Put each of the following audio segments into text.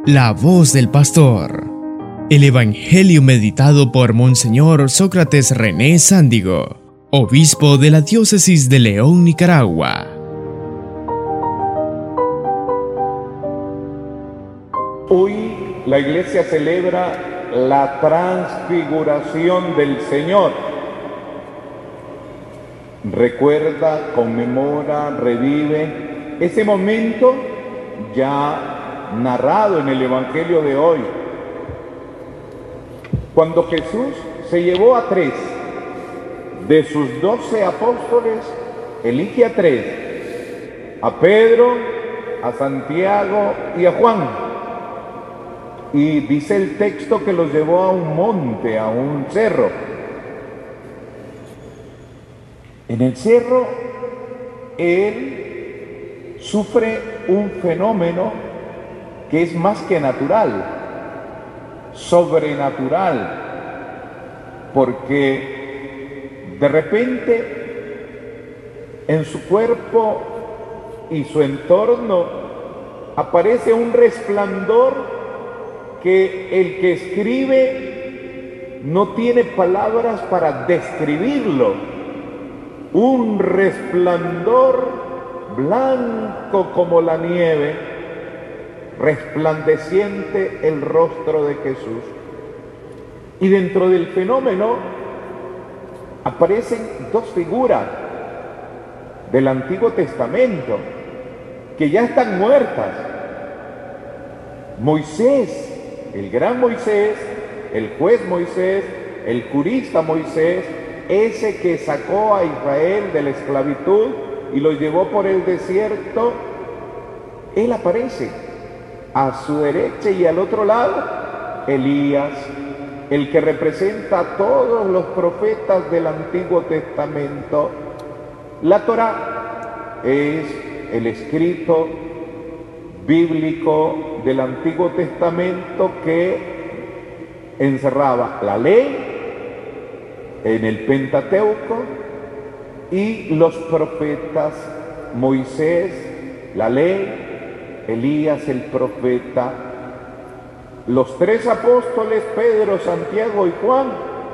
La voz del pastor. El Evangelio meditado por Monseñor Sócrates René Sándigo, obispo de la Diócesis de León, Nicaragua. Hoy la Iglesia celebra la transfiguración del Señor. Recuerda, conmemora, revive ese momento ya narrado en el Evangelio de hoy, cuando Jesús se llevó a 3 de sus 12 apóstoles, elige a 3, a Pedro, a Santiago y a Juan. Y dice el texto que los llevó a un monte, a un cerro. En el cerro, él sufre un fenómeno que es más que natural, sobrenatural, porque de repente en su cuerpo y su entorno aparece un resplandor que el que escribe no tiene palabras para describirlo. Un resplandor blanco como la nieve, resplandeciente el rostro de Jesús. Y dentro del fenómeno aparecen 2 figuras del Antiguo Testamento que ya están muertas. Moisés, el gran Moisés, el juez Moisés, el jurista Moisés, ese que sacó a Israel de la esclavitud y lo llevó por el desierto, él aparece. A su derecha y al otro lado, Elías, el que representa a todos los profetas del Antiguo Testamento. La Torá es el escrito bíblico del Antiguo Testamento que encerraba la ley en el Pentateuco y los profetas, Moisés, la ley, Elías el profeta. Los 3 apóstoles, Pedro, Santiago y Juan,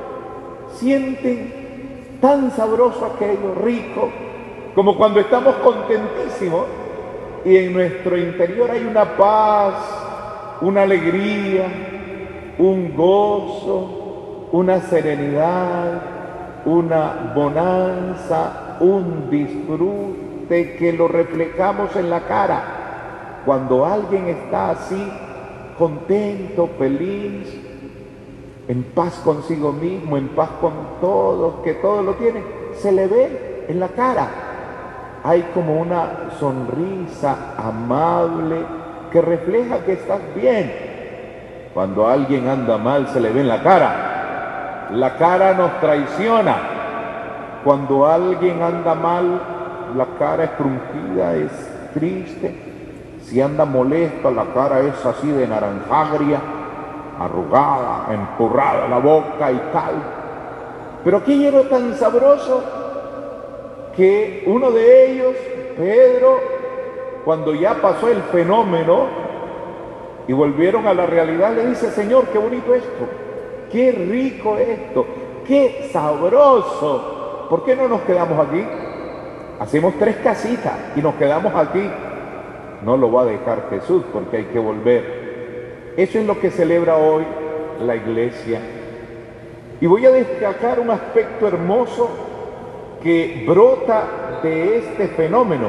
sienten tan sabroso aquello, rico, como cuando estamos contentísimos y en nuestro interior hay una paz, una alegría, un gozo, una serenidad, una bonanza, un disfrute que lo reflejamos en la cara. Cuando alguien está así, contento, feliz, en paz consigo mismo, en paz con todos, que todo lo tiene, se le ve en la cara. Hay como una sonrisa amable que refleja que estás bien. Cuando alguien anda mal, se le ve en la cara. La cara nos traiciona. Cuando alguien anda mal, la cara es fruncida, es triste. Si anda molesto, la cara es así de naranjagria, arrugada, empurrada la boca y tal. Pero aquí llegó tan sabroso que uno de ellos, Pedro, cuando ya pasó el fenómeno y volvieron a la realidad, le dice: Señor, qué bonito esto, qué rico esto, qué sabroso. ¿Por qué no nos quedamos aquí? Hacemos 3 casitas y nos quedamos aquí. No lo va a dejar Jesús porque hay que volver. Eso es lo que celebra hoy la Iglesia. Y voy a destacar un aspecto hermoso que brota de este fenómeno.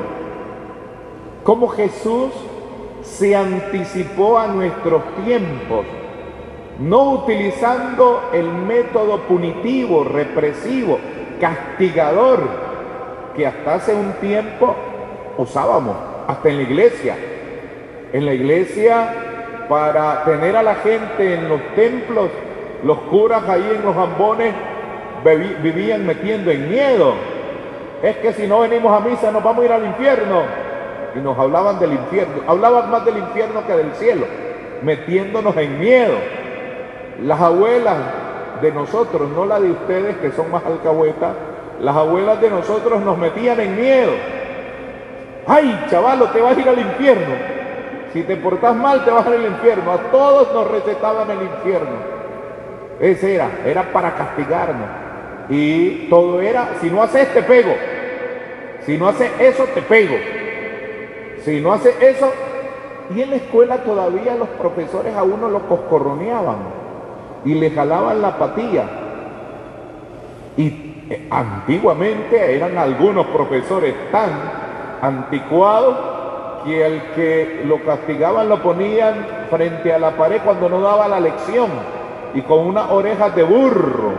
Cómo Jesús se anticipó a nuestros tiempos, no utilizando el método punitivo, represivo, castigador, que hasta hace un tiempo usábamos. Hasta en la iglesia. En la iglesia, para tener a la gente en los templos, los curas ahí en los ambones vivían metiendo en miedo. Es que si no venimos a misa nos vamos a ir al infierno. Y nos hablaban del infierno. Hablaban más del infierno que del cielo, metiéndonos en miedo. Las abuelas de nosotros, no la de ustedes que son más alcahuetas, las abuelas de nosotros nos metían en miedo. ¡Ay, chavalo, te vas a ir al infierno! Si te portás mal, te vas al infierno. A todos nos recetaban el infierno. Ese era para castigarnos. Y todo era, si no haces, te pego. Si no haces eso, te pego. Si no haces eso. Y en la escuela todavía los profesores a uno lo coscorroneaban y le jalaban la patilla. Y antiguamente eran algunos profesores tan anticuados que al que lo castigaban lo ponían frente a la pared cuando no daba la lección y con unas orejas de burro.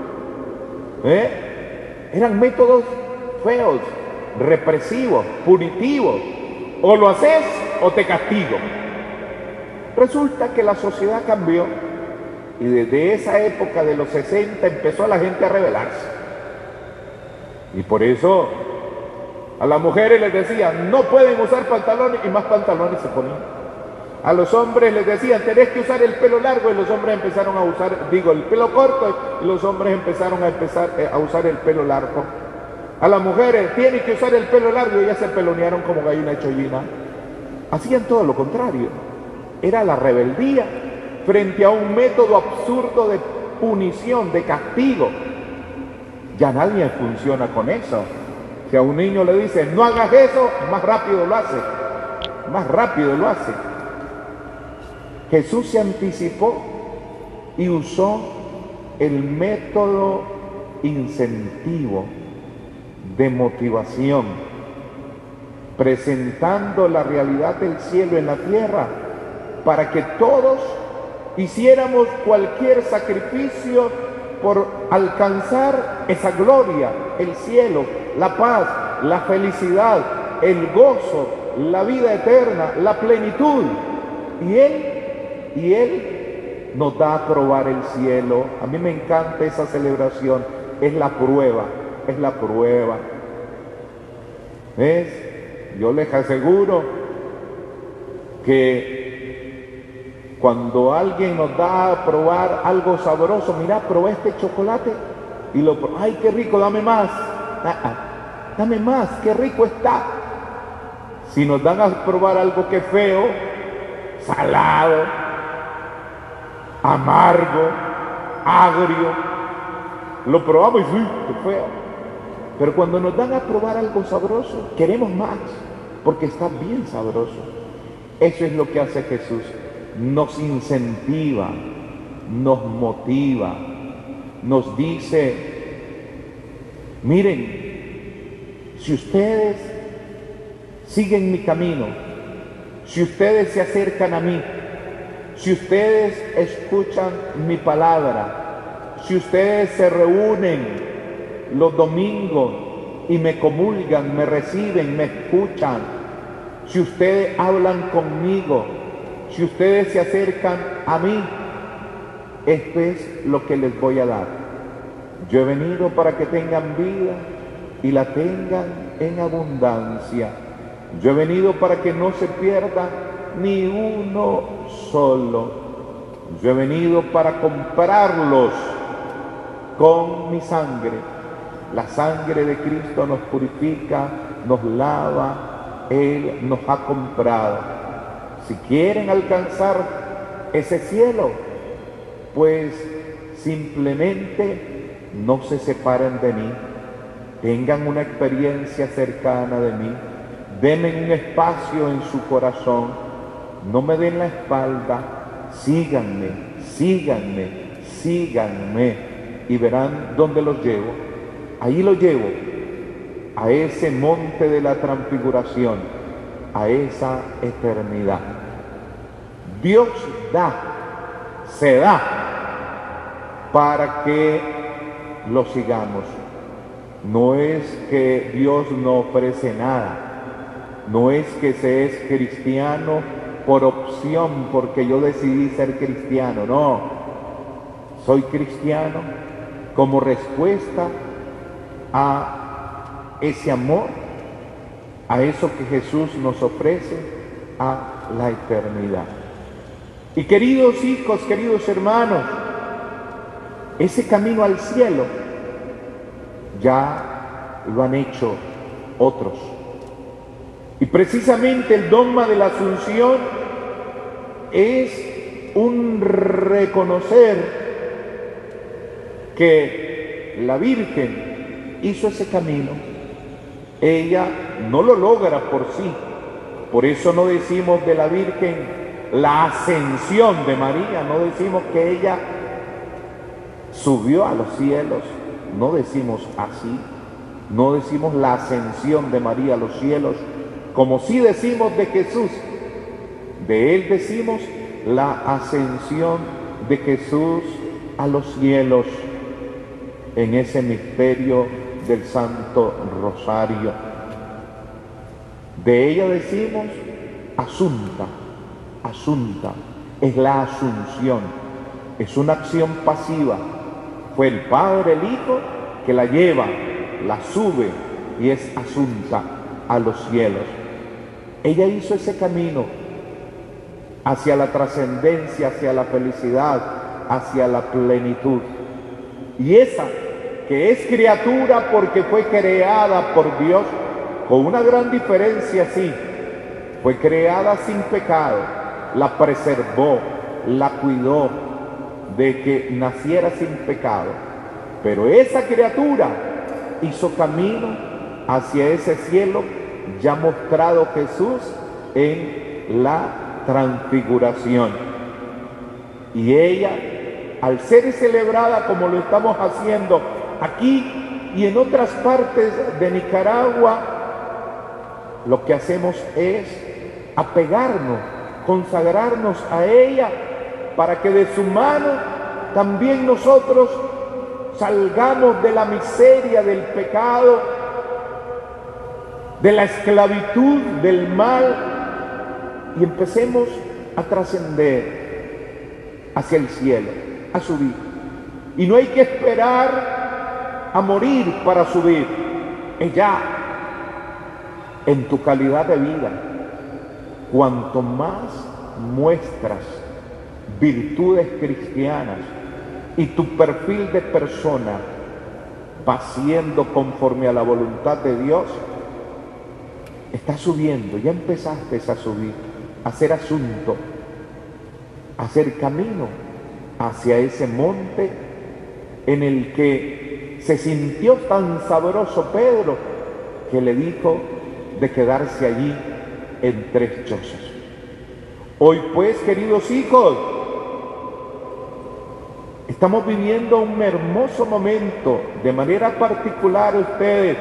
Eran métodos feos, represivos, punitivos. O lo haces o te castigo. Resulta que la sociedad cambió y desde esa época de los 60 empezó la gente a rebelarse. Y por eso a las mujeres les decían, no pueden usar pantalones, y más pantalones se ponían. A los hombres les decían, tenés que usar el pelo largo, y los hombres empezaron a usar, el pelo corto, y los hombres empezaron a usar el pelo largo. A las mujeres, tienen que usar el pelo largo, y ellas se pelonearon como gallina chollina. Hacían todo lo contrario. Era la rebeldía frente a un método absurdo de punición, de castigo. Ya nadie funciona con eso. Si a un niño le dicen, no hagas eso, más rápido lo hace. Más rápido lo hace. Jesús se anticipó y usó el método incentivo de motivación, presentando la realidad del cielo en la tierra para que todos hiciéramos cualquier sacrificio por alcanzar esa gloria, el cielo, la paz, la felicidad, el gozo, la vida eterna, la plenitud. Y Él nos da a probar el cielo. A mí me encanta esa celebración. Es la prueba, es la prueba. ¿Ves? Yo les aseguro que cuando alguien nos da a probar algo sabroso, mira, probé este chocolate y ay, qué rico, dame más. Dame más, qué rico está. Si nos dan a probar algo que es feo, salado, amargo, agrio, lo probamos y ¡uy, qué feo! Pero cuando nos dan a probar algo sabroso, queremos más, porque está bien sabroso. Eso es lo que hace Jesús. Nos incentiva, nos motiva, nos dice, miren, si ustedes siguen mi camino, si ustedes se acercan a mí, si ustedes escuchan mi palabra, si ustedes se reúnen los domingos y me comulgan, me reciben, me escuchan, si ustedes hablan conmigo, si ustedes se acercan a mí, esto es lo que les voy a dar. Yo he venido para que tengan vida y la tengan en abundancia. Yo he venido para que no se pierda ni uno solo. Yo he venido para comprarlos con mi sangre. La sangre de Cristo nos purifica, nos lava, Él nos ha comprado. Si quieren alcanzar ese cielo, pues simplemente no se separen de mí, tengan una experiencia cercana de mí, denme un espacio en su corazón, no me den la espalda, síganme, síganme, síganme y verán dónde los llevo. Ahí los llevo, a ese monte de la transfiguración, a esa eternidad. Dios da, se da, para que lo sigamos. No es que Dios no ofrece nada, no es que se es cristiano por opción, porque yo decidí ser cristiano, no. Soy cristiano como respuesta a ese amor, a eso que Jesús nos ofrece, a la eternidad. Y queridos hijos, queridos hermanos, ese camino al cielo ya lo han hecho otros. Y precisamente el dogma de la Asunción es un reconocer que la Virgen hizo ese camino. Ella no lo logra por sí. Por eso no decimos de la Virgen la ascensión de María, no decimos que ella subió a los cielos, no decimos así, no decimos la ascensión de María a los cielos, como sí decimos de Jesús. De él decimos la ascensión de Jesús a los cielos en ese misterio del Santo Rosario. De ella decimos asunta, asunta, es la asunción, es una acción pasiva. Fue el Padre, el Hijo, que la lleva, la sube y es asunta a los cielos. Ella hizo ese camino hacia la trascendencia, hacia la felicidad, hacia la plenitud. Y esa que es criatura porque fue creada por Dios, con una gran diferencia, sí, fue creada sin pecado, la preservó, la cuidó de que naciera sin pecado. Pero esa criatura hizo camino hacia ese cielo ya mostrado Jesús en la transfiguración. Y ella, al ser celebrada como lo estamos haciendo aquí y en otras partes de Nicaragua, lo que hacemos es apegarnos, consagrarnos a ella, para que de su mano también nosotros salgamos de la miseria, del pecado, de la esclavitud, del mal, y empecemos a trascender hacia el cielo, a subir. Y no hay que esperar a morir para subir, es ya en tu calidad de vida. Cuanto más muestras virtudes cristianas y tu perfil de persona va siendo conforme a la voluntad de Dios, estás subiendo, ya empezaste a subir, a hacer asunto, a hacer camino hacia ese monte en el que se sintió tan sabroso Pedro que le dijo de quedarse allí en 3 chozas. Hoy pues, queridos hijos, estamos viviendo un hermoso momento, de manera particular ustedes,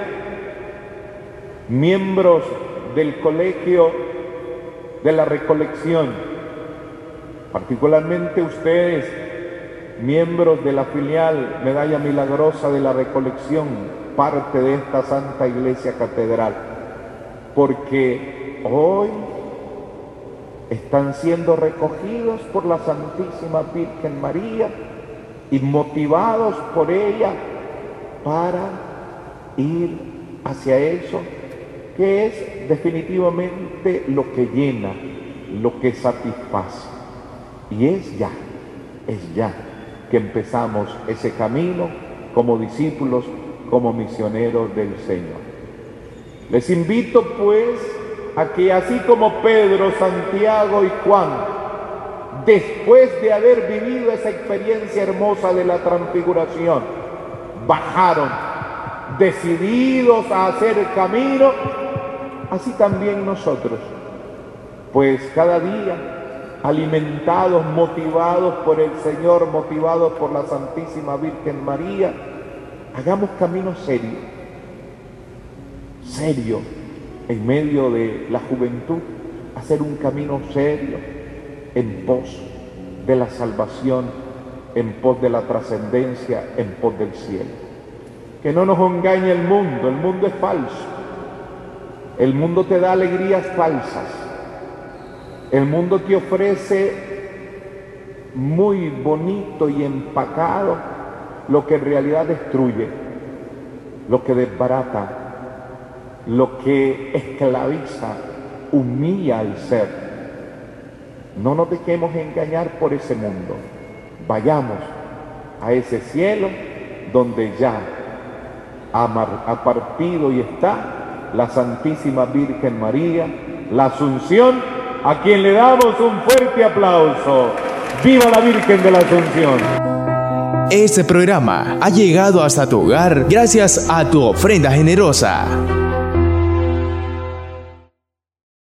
miembros del Colegio de la Recolección, particularmente ustedes, miembros de la filial Medalla Milagrosa de la Recolección, parte de esta Santa Iglesia Catedral, porque hoy están siendo recogidos por la Santísima Virgen María y motivados por ella para ir hacia eso que es definitivamente lo que llena, lo que satisface. Y es ya que empezamos ese camino como discípulos, como misioneros del Señor. Les invito pues a que así como Pedro, Santiago y Juan, después de haber vivido esa experiencia hermosa de la transfiguración, bajaron decididos a hacer camino, así también nosotros, pues cada día alimentados, motivados por el Señor, motivados por la Santísima Virgen María, hagamos camino serio, en medio de la juventud, hacer un camino serio en pos de la salvación, en pos de la trascendencia, en pos del cielo. Que no nos engañe el mundo es falso, el mundo te da alegrías falsas, el mundo te ofrece muy bonito y empacado lo que en realidad destruye, lo que desbarata, lo que esclaviza, humilla al ser. No nos dejemos engañar por ese mundo. Vayamos a ese cielo donde ya ha partido y está la Santísima Virgen María, la Asunción, a quien le damos un fuerte aplauso. ¡Viva la Virgen de la Asunción! Este programa ha llegado hasta tu hogar gracias a tu ofrenda generosa.